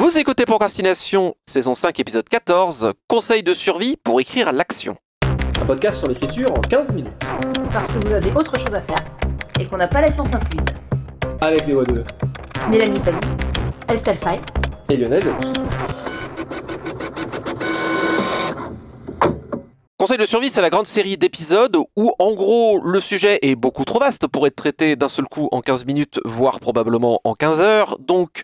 Vous écoutez Procrastination, saison 5, épisode 14, conseils de survie pour écrire l'action. Un podcast sur l'écriture en 15 minutes. Parce que vous avez autre chose à faire et qu'on n'a pas la science incluse. Avec les voix de Mélanie Fazi, Estelle Faye et Lionel Delous. Conseils de survie, c'est la grande série d'épisodes où, en gros, le sujet est beaucoup trop vaste pour être traité d'un seul coup en 15 minutes, voire probablement en 15 heures. Donc,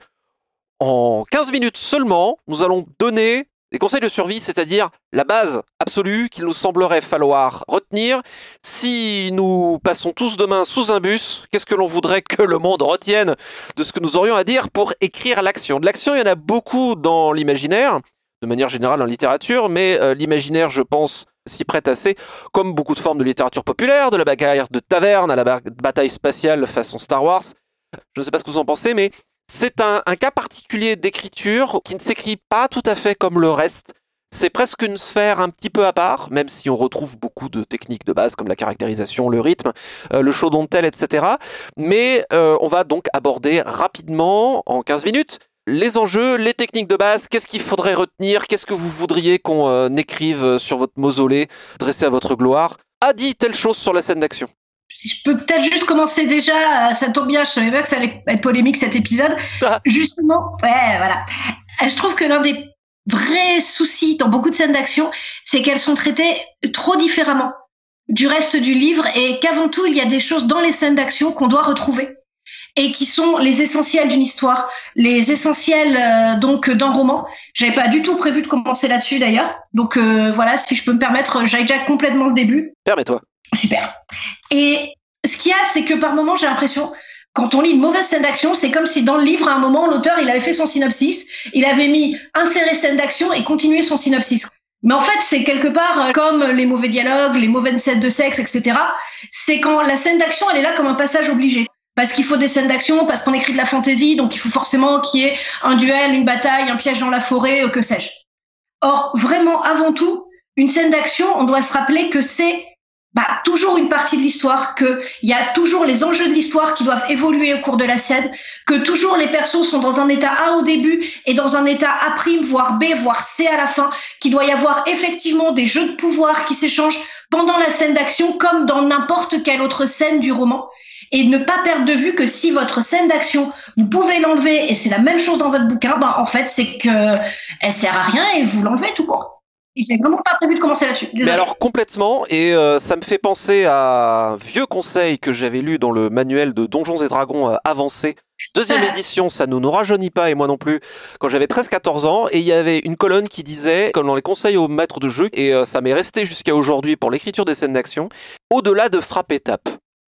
en 15 minutes seulement, nous allons donner des conseils de survie, c'est-à-dire la base absolue qu'il nous semblerait falloir retenir. Si nous passons tous demain sous un bus, qu'est-ce que l'on voudrait que le monde retienne de ce que nous aurions à dire pour écrire l'action? De l'action, il y en a beaucoup dans l'imaginaire, de manière générale en littérature, mais l'imaginaire, je pense, s'y prête assez, comme beaucoup de formes de littérature populaire, de la bagarre de taverne à la bataille spatiale façon Star Wars. Je ne sais pas ce que vous en pensez, mais c'est un cas particulier d'écriture qui ne s'écrit pas tout à fait comme le reste. C'est presque une sphère un petit peu à part, même si on retrouve beaucoup de techniques de base comme la caractérisation, le rythme, le show don't tell, etc. Mais on va donc aborder rapidement, en 15 minutes, les enjeux, les techniques de base, qu'est-ce qu'il faudrait retenir, qu'est-ce que vous voudriez qu'on écrive sur votre mausolée, dressé à votre gloire, a dit telle chose sur la scène d'action. Si je peux peut-être juste commencer déjà, ça tombe bien, je savais pas que ça allait être polémique cet épisode. Justement, voilà. Je trouve que l'un des vrais soucis dans beaucoup de scènes d'action, c'est qu'elles sont traitées trop différemment du reste du livre et qu'avant tout, il y a des choses dans les scènes d'action qu'on doit retrouver et qui sont les essentiels d'une histoire, les essentiels donc d'un roman. J'avais pas du tout prévu de commencer là-dessus d'ailleurs. Donc voilà, si je peux me permettre, j'hijack complètement le début. Permets-toi. Super. Et ce qu'il y a, c'est que par moment, j'ai l'impression, quand on lit une mauvaise scène d'action, c'est comme si dans le livre, à un moment, l'auteur, il avait fait son synopsis, il avait mis insérer scène d'action et continuer son synopsis. Mais en fait, c'est quelque part comme les mauvais dialogues, les mauvaises scènes de sexe, etc. C'est quand la scène d'action, elle est là comme un passage obligé. Parce qu'il faut des scènes d'action, parce qu'on écrit de la fantaisie, donc il faut forcément qu'il y ait un duel, une bataille, un piège dans la forêt, que sais-je. Or, vraiment, avant tout, une scène d'action, on doit se rappeler que c'est toujours une partie de l'histoire, qu'il y a toujours les enjeux de l'histoire qui doivent évoluer au cours de la scène, que toujours les persos sont dans un état A au début et dans un état A', voire B, voire C à la fin, qu'il doit y avoir effectivement des jeux de pouvoir qui s'échangent pendant la scène d'action comme dans n'importe quelle autre scène du roman. Et ne pas perdre de vue que si votre scène d'action, vous pouvez l'enlever, et c'est la même chose dans votre bouquin, en fait, c'est qu'elle sert à rien et vous l'enlevez tout court. J'ai vraiment pas prévu de commencer là-dessus. Désolé. Mais alors complètement, et ça me fait penser à un vieux conseil que j'avais lu dans le manuel de Donjons et Dragons avancé. Deuxième édition, ça ne nous rajeunit pas, et moi non plus, quand j'avais 13-14 ans, et il y avait une colonne qui disait, comme dans les conseils aux maîtres de jeu, et ça m'est resté jusqu'à aujourd'hui pour l'écriture des scènes d'action, au-delà de frappe-étape.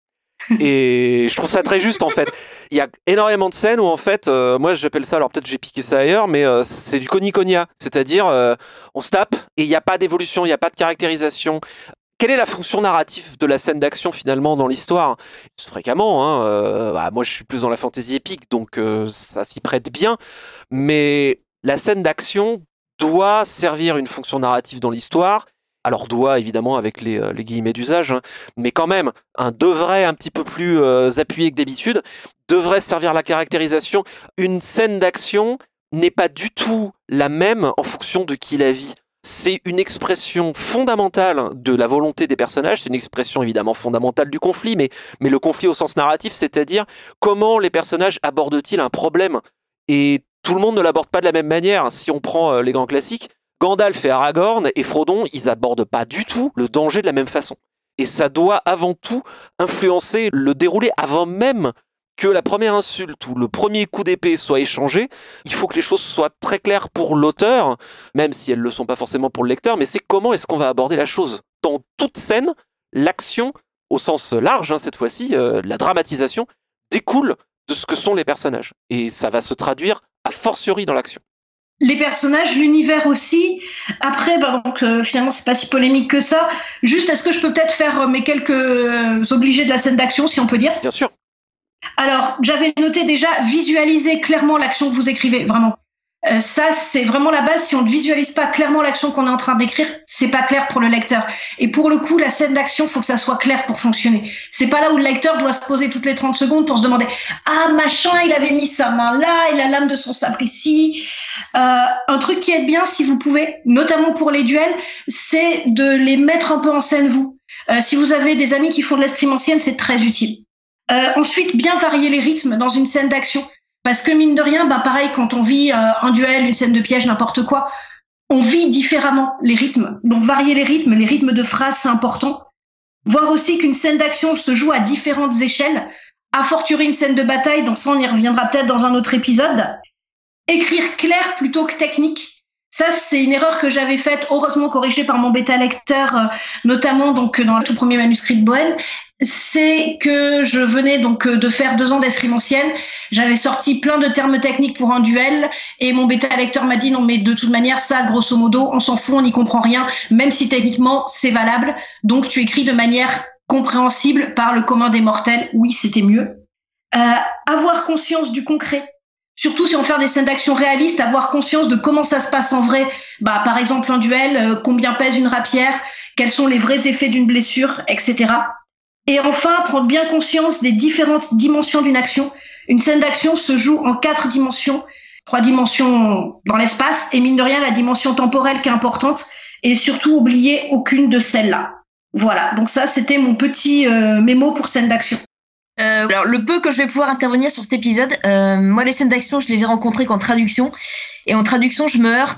Et je trouve ça très juste en fait. Il y a énormément de scènes où en fait, moi j'appelle ça, alors peut-être j'ai piqué ça ailleurs, mais c'est du coni-conia, c'est-à-dire on se tape et il n'y a pas d'évolution, il n'y a pas de caractérisation. Quelle est la fonction narrative de la scène d'action finalement dans l'histoire? Fréquemment, moi je suis plus dans la fantaisie épique, donc ça s'y prête bien, mais la scène d'action doit servir une fonction narrative dans l'histoire. Alors doit évidemment avec les guillemets d'usage, hein, mais quand même, devrait un petit peu plus appuyé que d'habitude, devrait servir la caractérisation. Une scène d'action n'est pas du tout la même en fonction de qui la vit. C'est une expression fondamentale de la volonté des personnages, c'est une expression évidemment fondamentale du conflit, mais le conflit au sens narratif, c'est-à-dire comment les personnages abordent-ils un problème. Et tout le monde ne l'aborde pas de la même manière. Si on prend les grands classiques, Gandalf et Aragorn et Frodon, ils abordent pas du tout le danger de la même façon. Et ça doit avant tout influencer le déroulé avant même que la première insulte ou le premier coup d'épée soit échangé. Il faut que les choses soient très claires pour l'auteur, même si elles ne le sont pas forcément pour le lecteur, mais c'est comment est-ce qu'on va aborder la chose. Dans toute scène, l'action, au sens large, cette fois-ci, la dramatisation, découle de ce que sont les personnages. Et ça va se traduire a fortiori dans l'action. Les personnages, l'univers aussi. Après, finalement, c'est pas si polémique que ça. Juste, est-ce que je peux peut-être faire mes quelques obligés de la scène d'action, si on peut dire? Bien sûr. Alors, j'avais noté déjà visualiser clairement l'action que vous écrivez, vraiment. Ça, c'est vraiment la base. Si on ne visualise pas clairement l'action qu'on est en train d'écrire, c'est pas clair pour le lecteur. Et pour le coup, la scène d'action, faut que ça soit clair pour fonctionner. C'est pas là où le lecteur doit se poser toutes les 30 secondes pour se demander « Ah, machin, il avait mis sa main là, et la lame de son sabre ici. » Un truc qui aide bien, si vous pouvez, notamment pour les duels, c'est de les mettre un peu en scène, vous. Si vous avez des amis qui font de l'escrime ancienne, c'est très utile. Ensuite, bien varier les rythmes dans une scène d'action. Parce que mine de rien, pareil, quand on vit un duel, une scène de piège, n'importe quoi, on vit différemment les rythmes. Donc varier les rythmes de phrases, c'est important. Voir aussi qu'une scène d'action se joue à différentes échelles, a fortiori une scène de bataille, donc ça on y reviendra peut-être dans un autre épisode. Écrire clair plutôt que technique. Ça, c'est une erreur que j'avais faite, heureusement corrigée par mon bêta-lecteur, notamment donc dans le tout premier manuscrit de Bohème. C'est que je venais donc de faire 2 ans d'escrime ancienne. J'avais sorti plein de termes techniques pour un duel et mon bêta-lecteur m'a dit non mais de toute manière ça, grosso modo, on s'en fout, on n'y comprend rien, même si techniquement c'est valable. Donc tu écris de manière compréhensible par le commun des mortels. Oui, c'était mieux. Avoir conscience du concret. Surtout si on fait des scènes d'action réalistes, avoir conscience de comment ça se passe en vrai. Par exemple, un duel, combien pèse une rapière, quels sont les vrais effets d'une blessure, etc. Et enfin, prendre bien conscience des différentes dimensions d'une action. Une scène d'action se joue en 4 dimensions, 3 dimensions dans l'espace, et mine de rien, la dimension temporelle qui est importante, et surtout oublier aucune de celles-là. Voilà, donc ça, c'était mon petit mémo pour scène d'action. Alors le peu que je vais pouvoir intervenir sur cet épisode, moi les scènes d'action je les ai rencontrées qu'en traduction, et en traduction je me heurte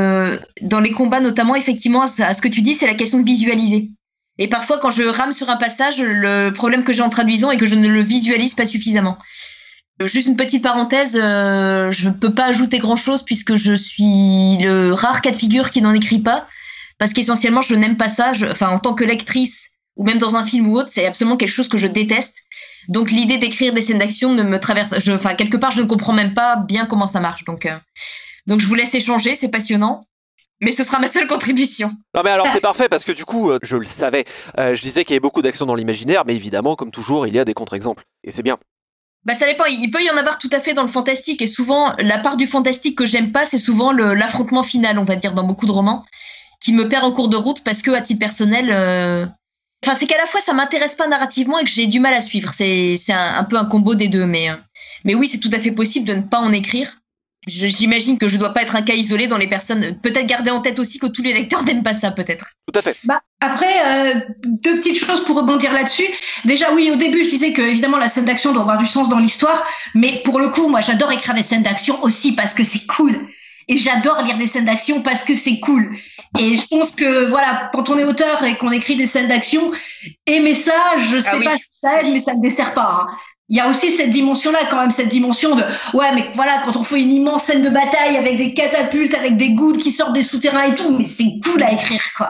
dans les combats notamment effectivement à ce que tu dis, c'est la question de visualiser. Et parfois quand je rame sur un passage, le problème que j'ai en traduisant est que je ne le visualise pas suffisamment. Juste une petite parenthèse, je ne peux pas ajouter grand chose puisque je suis le rare cas de figure qui n'en écrit pas, parce qu'essentiellement je n'aime pas ça, en tant que lectrice ou même dans un film ou autre, c'est absolument quelque chose que je déteste. Donc l'idée d'écrire des scènes d'action ne me traverse, quelque part je ne comprends même pas bien comment ça marche. Donc je vous laisse échanger, c'est passionnant. Mais ce sera ma seule contribution. Non mais alors c'est parfait parce que du coup, je le savais, je disais qu'il y avait beaucoup d'actions dans l'imaginaire, mais évidemment, comme toujours, il y a des contre-exemples. Et c'est bien. Ça dépend, il peut y en avoir tout à fait dans le fantastique, et souvent, la part du fantastique que j'aime pas, c'est souvent l'affrontement final, on va dire, dans beaucoup de romans, qui me perd en cours de route parce que, à titre personnel, c'est qu'à la fois ça m'intéresse pas narrativement et que j'ai du mal à suivre. C'est un peu un combo des deux, mais oui, c'est tout à fait possible de ne pas en écrire. J'imagine que je dois pas être un cas isolé dans les personnes. Peut-être garder en tête aussi que tous les lecteurs n'aiment pas ça, peut-être. Tout à fait. Après, 2 petites choses pour rebondir là-dessus. Déjà, oui, au début, je disais que évidemment la scène d'action doit avoir du sens dans l'histoire, mais pour le coup, moi, j'adore écrire des scènes d'action aussi parce que c'est cool. Et j'adore lire des scènes d'action parce que c'est cool. Et je pense que voilà, quand on est auteur et qu'on écrit des scènes d'action, aimer ça, je sais pas si ça aide, mais ça ne dessert pas. Il y a aussi cette dimension-là, quand même, cette dimension de ouais, mais voilà, quand on fait une immense scène de bataille avec des catapultes, avec des ghouls qui sortent des souterrains et tout, mais c'est cool à écrire, quoi.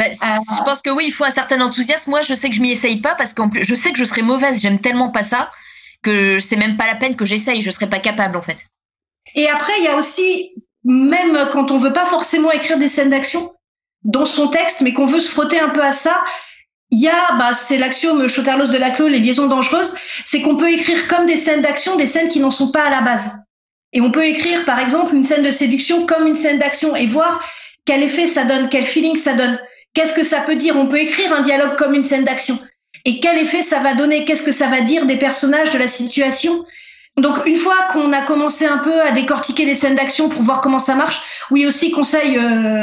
Je pense que oui, il faut un certain enthousiasme. Moi, je sais que je m'y essaye pas parce qu'en plus, je sais que je serais mauvaise. J'aime tellement pas ça que c'est même pas la peine que j'essaye. Je serais pas capable, en fait. Et après, il y a aussi, même quand on veut pas forcément écrire des scènes d'action dans son texte, mais qu'on veut se frotter un peu à ça, il y a, c'est l'axiome Choterlos de Laclos, les liaisons dangereuses, c'est qu'on peut écrire comme des scènes d'action, des scènes qui n'en sont pas à la base. Et on peut écrire, par exemple, une scène de séduction comme une scène d'action et voir quel effet ça donne, quel feeling ça donne. Qu'est-ce que ça peut dire? On peut écrire un dialogue comme une scène d'action. Et quel effet ça va donner? Qu'est-ce que ça va dire des personnages, de la situation? Donc, une fois qu'on a commencé un peu à décortiquer des scènes d'action pour voir comment ça marche, oui, aussi, conseil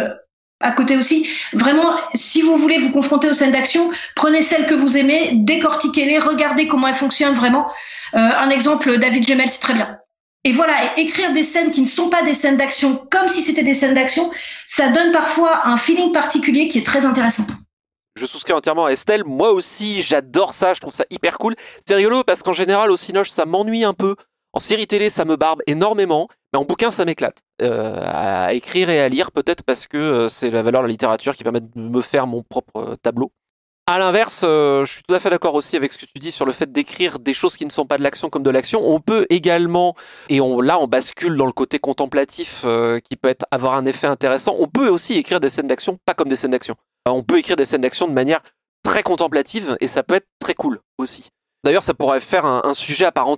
à côté aussi, vraiment, si vous voulez vous confronter aux scènes d'action, prenez celles que vous aimez, décortiquez-les, regardez comment elles fonctionnent vraiment. Un exemple, David Gemmell, c'est très bien. Et voilà, écrire des scènes qui ne sont pas des scènes d'action comme si c'était des scènes d'action, ça donne parfois un feeling particulier qui est très intéressant. Je souscris entièrement à Estelle. Moi aussi, j'adore ça. Je trouve ça hyper cool. C'est rigolo parce qu'en général, au Cinoche, ça m'ennuie un peu. En série télé, ça me barbe énormément. Mais en bouquin, ça m'éclate. À écrire et à lire, peut-être parce que c'est la valeur de la littérature qui permet de me faire mon propre tableau. À l'inverse, je suis tout à fait d'accord aussi avec ce que tu dis sur le fait d'écrire des choses qui ne sont pas de l'action comme de l'action. On peut également, et là on bascule dans le côté contemplatif qui peut avoir un effet intéressant, on peut aussi écrire des scènes d'action pas comme des scènes d'action. On peut écrire des scènes d'action de manière très contemplative et ça peut être très cool aussi. D'ailleurs, ça pourrait faire un sujet à part entière.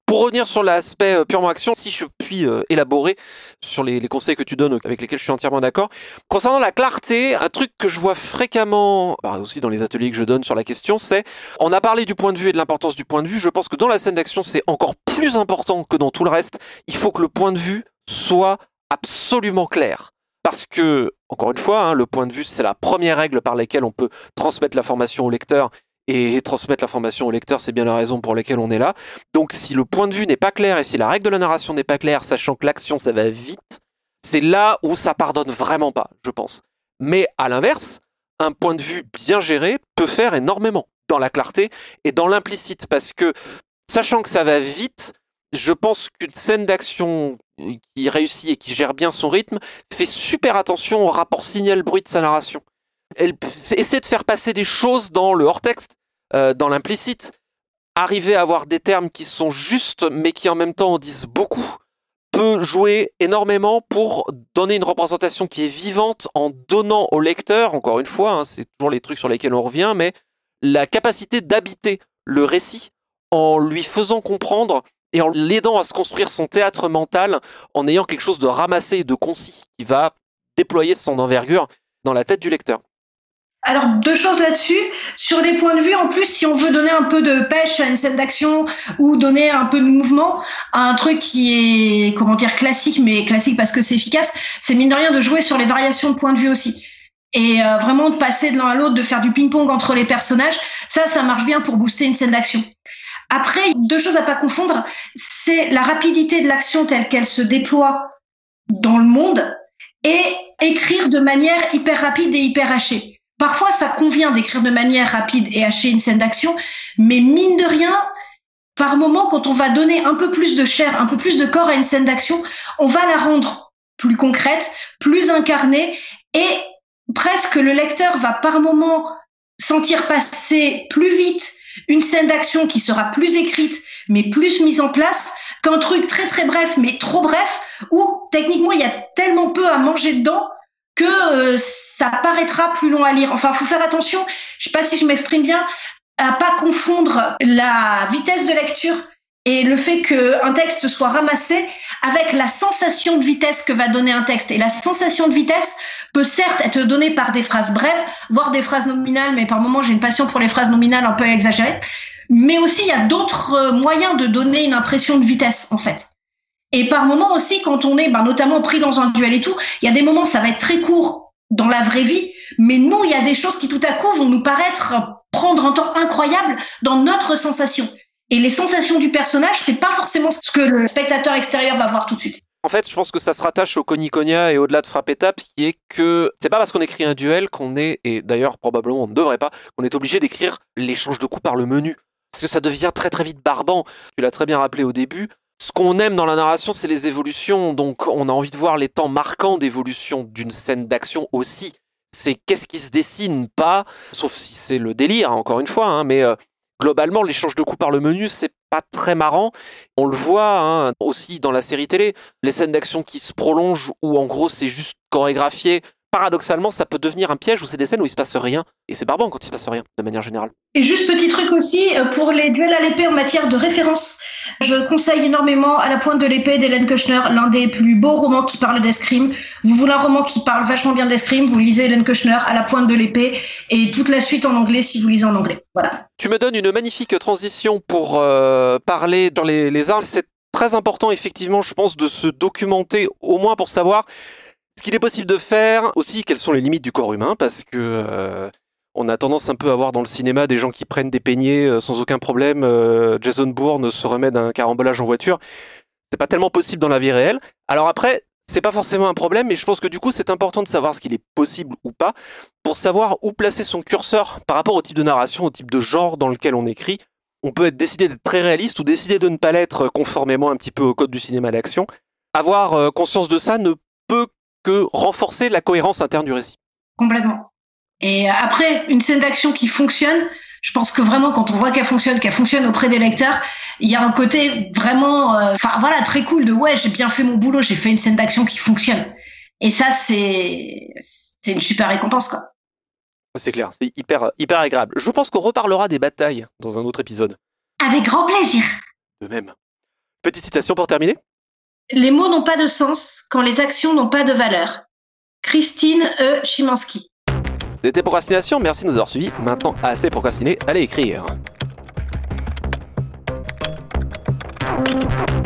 Pour revenir sur l'aspect purement action, si je puis élaborer sur les conseils que tu donnes, avec lesquels je suis entièrement d'accord. Concernant la clarté, un truc que je vois fréquemment, aussi dans les ateliers que je donne sur la question, c'est, on a parlé du point de vue et de l'importance du point de vue, je pense que dans la scène d'action, c'est encore plus important que dans tout le reste. Il faut que le point de vue soit absolument clair. Parce que, encore une fois, le point de vue, c'est la première règle par laquelle on peut transmettre l'information au lecteur. Et transmettre l'information au lecteur, c'est bien la raison pour laquelle on est là. Donc si le point de vue n'est pas clair et si la règle de la narration n'est pas claire, sachant que l'action, ça va vite, c'est là où ça pardonne vraiment pas, je pense. Mais à l'inverse, un point de vue bien géré peut faire énormément dans la clarté et dans l'implicite. Parce que, sachant que ça va vite, je pense qu'une scène d'action qui réussit et qui gère bien son rythme fait super attention au rapport signal-bruit de sa narration. Elle essaie de faire passer des choses dans le hors-texte, dans l'implicite, arriver à avoir des termes qui sont justes mais qui en même temps en disent beaucoup, peut jouer énormément pour donner une représentation qui est vivante en donnant au lecteur, encore une fois, c'est toujours les trucs sur lesquels on revient, mais la capacité d'habiter le récit en lui faisant comprendre et en l'aidant à se construire son théâtre mental en ayant quelque chose de ramassé et de concis qui va déployer son envergure dans la tête du lecteur. Alors, 2 choses là-dessus. Sur les points de vue, en plus, si on veut donner un peu de pêche à une scène d'action ou donner un peu de mouvement à un truc qui est, classique, mais classique parce que c'est efficace, c'est mine de rien de jouer sur les variations de points de vue aussi. Et vraiment de passer de l'un à l'autre, de faire du ping-pong entre les personnages, ça marche bien pour booster une scène d'action. Après, 2 choses à pas confondre, c'est la rapidité de l'action telle qu'elle se déploie dans le monde et écrire de manière hyper rapide et hyper hachée. Parfois, ça convient d'écrire de manière rapide et hachée une scène d'action, mais mine de rien, par moment, quand on va donner un peu plus de chair, un peu plus de corps à une scène d'action, on va la rendre plus concrète, plus incarnée, et presque le lecteur va par moment sentir passer plus vite une scène d'action qui sera plus écrite, mais plus mise en place, qu'un truc très très bref, mais trop bref, où techniquement il y a tellement peu à manger dedans que ça paraîtra plus long à lire. Enfin, faut faire attention, je sais pas si je m'exprime bien, à pas confondre la vitesse de lecture et le fait qu'un texte soit ramassé avec la sensation de vitesse que va donner un texte. Et la sensation de vitesse peut certes être donnée par des phrases brèves, voire des phrases nominales, mais par moments j'ai une passion pour les phrases nominales un peu exagérées. Mais aussi, il y a d'autres moyens de donner une impression de vitesse, en fait. Et par moments aussi, quand on est notamment pris dans un duel et tout, il y a des moments, ça va être très court dans la vraie vie, mais nous, il y a des choses qui tout à coup vont nous paraître prendre un temps incroyable dans notre sensation. Et les sensations du personnage, c'est pas forcément ce que le spectateur extérieur va voir tout de suite. En fait, je pense que ça se rattache au Koniconia et au-delà de Frappétape, qui est que c'est pas parce qu'on écrit un duel qu'on est, et d'ailleurs probablement on ne devrait pas, qu'on est obligé d'écrire l'échange de coups par le menu. Parce que ça devient très très vite barbant. Tu l'as très bien rappelé au début. Ce qu'on aime dans la narration, c'est les évolutions, donc on a envie de voir les temps marquants d'évolution d'une scène d'action aussi. C'est qu'est-ce qui se dessine, pas, sauf si c'est le délire, encore une fois, mais globalement, l'échange de coups par le menu, c'est pas très marrant. On le voit aussi dans la série télé, les scènes d'action qui se prolongent, où en gros c'est juste chorégraphié. Paradoxalement, ça peut devenir un piège où c'est des scènes où il se passe rien. Et c'est barbant quand il se passe rien, de manière générale. Et juste petit truc aussi, pour les duels à l'épée en matière de référence, je conseille énormément À la pointe de l'épée d'Hélène Kushner, l'un des plus beaux romans qui parle d'escrime. Vous voulez un roman qui parle vachement bien d'escrime, vous lisez Hélène Kushner, À la pointe de l'épée, et toute la suite en anglais si vous lisez en anglais. Voilà. Tu me donnes une magnifique transition pour parler dans les arts. C'est très important, effectivement, je pense, de se documenter, au moins pour savoir ce qu'il est possible de faire, aussi quelles sont les limites du corps humain, parce que on a tendance un peu à voir dans le cinéma des gens qui prennent des peignets sans aucun problème. Jason Bourne se remet d'un carambolage en voiture. C'est pas tellement possible dans la vie réelle. Alors après, c'est pas forcément un problème, mais je pense que du coup, c'est important de savoir ce qu'il est possible ou pas, pour savoir où placer son curseur par rapport au type de narration, au type de genre dans lequel on écrit. On peut décider d'être très réaliste ou décider de ne pas l'être conformément un petit peu au code du cinéma d'action. Avoir conscience de ça ne peut que renforcer la cohérence interne du récit. Complètement. Et après, une scène d'action qui fonctionne, je pense que vraiment, quand on voit qu'elle fonctionne auprès des lecteurs, il y a un côté vraiment, très cool de ouais, j'ai bien fait mon boulot, j'ai fait une scène d'action qui fonctionne. Et ça, c'est une super récompense, quoi. C'est clair, c'est hyper agréable. Je pense qu'on reparlera des batailles dans un autre épisode. Avec grand plaisir. De même. Petite citation pour terminer. Les mots n'ont pas de sens quand les actions n'ont pas de valeur. Christine E. Chimansky. C'était Procrastination, merci de nous avoir suivis. Maintenant, assez procrastiné, allez écrire.